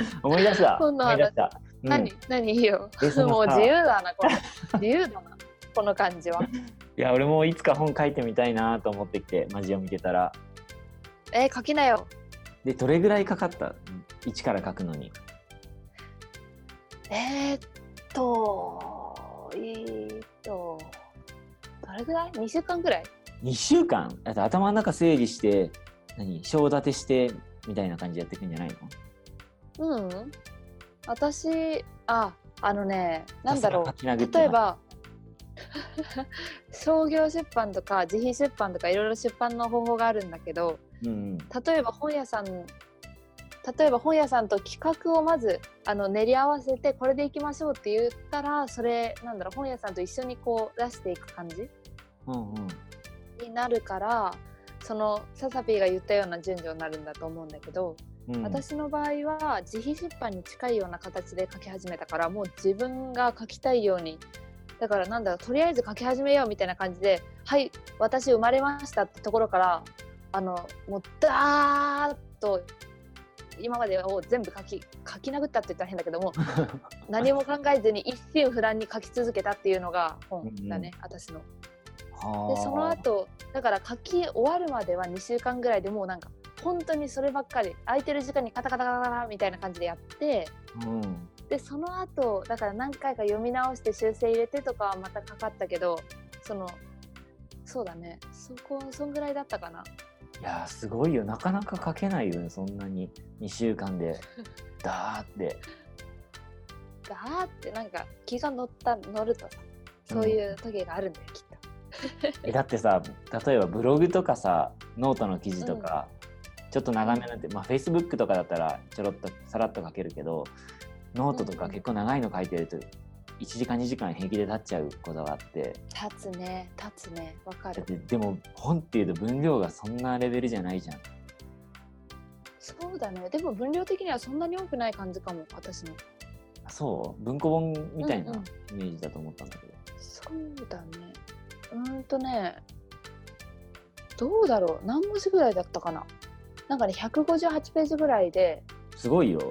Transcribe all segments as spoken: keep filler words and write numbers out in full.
思い出した本の話思い出した、うん、 何何いいよでそのもうさ自由だなこの自由だなこの感じは。 いや俺もいつか本書いてみたいなと思ってきてマジを見てたら、 えー、書きなよ。 でどれぐらいかかった？一から書くのに。 えー、っとえー、っとどれぐらい？にしゅうかんぐらい？ にしゅうかん？だって頭の中整理して何章立てしてみたいな感じでやっていくんじゃないの？ うん。私ああのねなんだろう例例えば商業出版とか自費出版とかいろいろ出版の方法があるんだけど、 うん、 例えば本屋さん例えば本屋さんと企画をまずあの練り合わせてこれでいきましょうって言ったらそれなんだろう本屋さんと一緒にこう出していく感じ、 うんうん、 になるからそのササピーが言ったような順序になるんだと思うんだけど、うん、私の場合は自費出版に近いような形で書き始めたからもう自分が書きたいようにだからなんだろうとりあえず書き始めようみたいな感じではい私生まれましたってところからあのもうダーッと今までを全部書き書き殴ったって言ったら変だけども何も考えずに一心不乱に書き続けたっていうのが本だね、うん、私の。でその後だから書き終わるまではにしゅうかんぐらいでもうなんか本当にそればっかり空いてる時間にカタカタカタカタみたいな感じでやって、うん、でその後だから何回か読み直して修正入れてとかはまたかかったけどそのそうだねそこそんぐらいだったかな。 いやすごいよなかなか書けないよねそんなににしゅうかんでダーってダーってなんか気が乗った乗るとさそういう時があるんだよ、うん、きっとえだってさ例えばブログとかさノートの記事とか、うん、ちょっと長めなんて、まあ Facebook とかだったらちょろっとさらっと書けるけどノートとか結構長いの書いてるといちじかんにじかん平気で経っちゃうことがあって経つね経つねわかる。 でも本っていうと分量がそんなレベルじゃないじゃん。 そうだねでも分量的にはそんなに多くない感じかも私の。 あそう文庫本みたいなイメージだと思ったんだけど、 うんうん、そうだねうーんとねどうだろう何文字ぐらいだったかななんかねひゃくごじゅうはちページぐらいですごいよ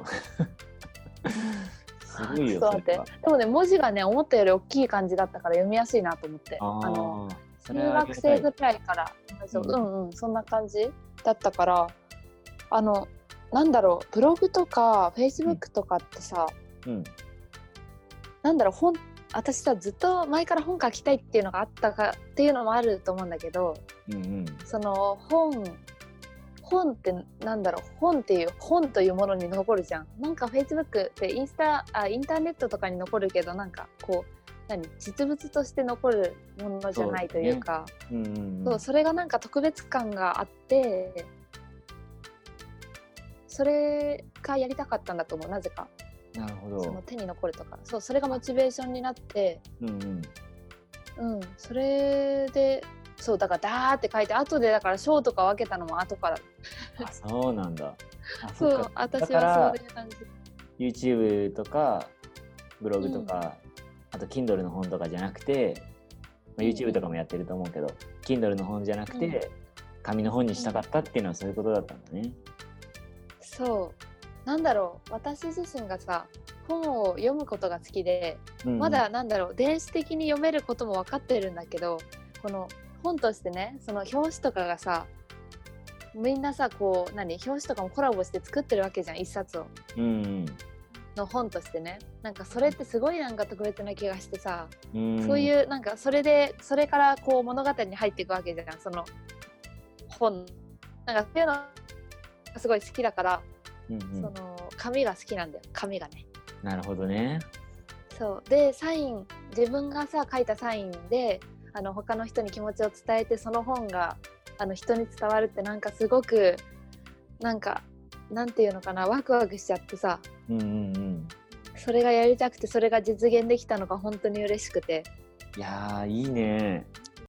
すごいよそれは。 でもね文字がね思ったより大きい感じだったから読みやすいなと思って。ああの中学生ぐらいから、うん、うんうんそんな感じだったからあのなんだろうブログとかフェイスブックとかってさ、うん、なんだろう本私さずっと前から本書きたいっていうのがあったかっていうのもあると思うんだけど、うんうん、その本本ってなんだろう本っていう本というものに残るじゃん。なんか Facebook ってインスタあインターネットとかに残るけどなんかこう何実物として残るものじゃないというか そう、ねうんうんうん、そうそれがなんか特別感があってそれがやりたかったんだと思うなぜか。 なるほど。 その手に残るとかそうそれがモチベーションになって、うんうんうん、それでそうだからダーって書いて後でだから章とか分けたのも後からあそうなんだあそう私はそういう感じ YouTube とかブログとか、うん、あと Kindle の本とかじゃなくて、まあ、YouTube とかもやってると思うけど、うん、Kindle の本じゃなくて、うん、紙の本にしたかったっていうのはそういうことだったんだね。 そうなんだろう私自身がさ本を読むことが好きで、うん、まだなんだろう電子的に読めることも分かってるんだけどこの本としてねその表紙とかがさみんなさこう何表紙とかもコラボして作ってるわけじゃん一冊を、うん、の本としてねなんかそれってすごいなんか特別な気がしてさ、うん、そういうなんかそれでそれからこう物語に入っていくわけじゃんその本なんかそういうのがすごい好きだから、うんうん、その紙が好きなんだよ紙がね。 なるほどね。 そうでサイン自分がさ書いたサインであの他の人に気持ちを伝えてその本があの人に伝わるってなんかすごくなんかなんていうのかなワクワクしちゃってさ、うんうんうん、それがやりたくてそれが実現できたのが本当に嬉しくて。 いやーいいね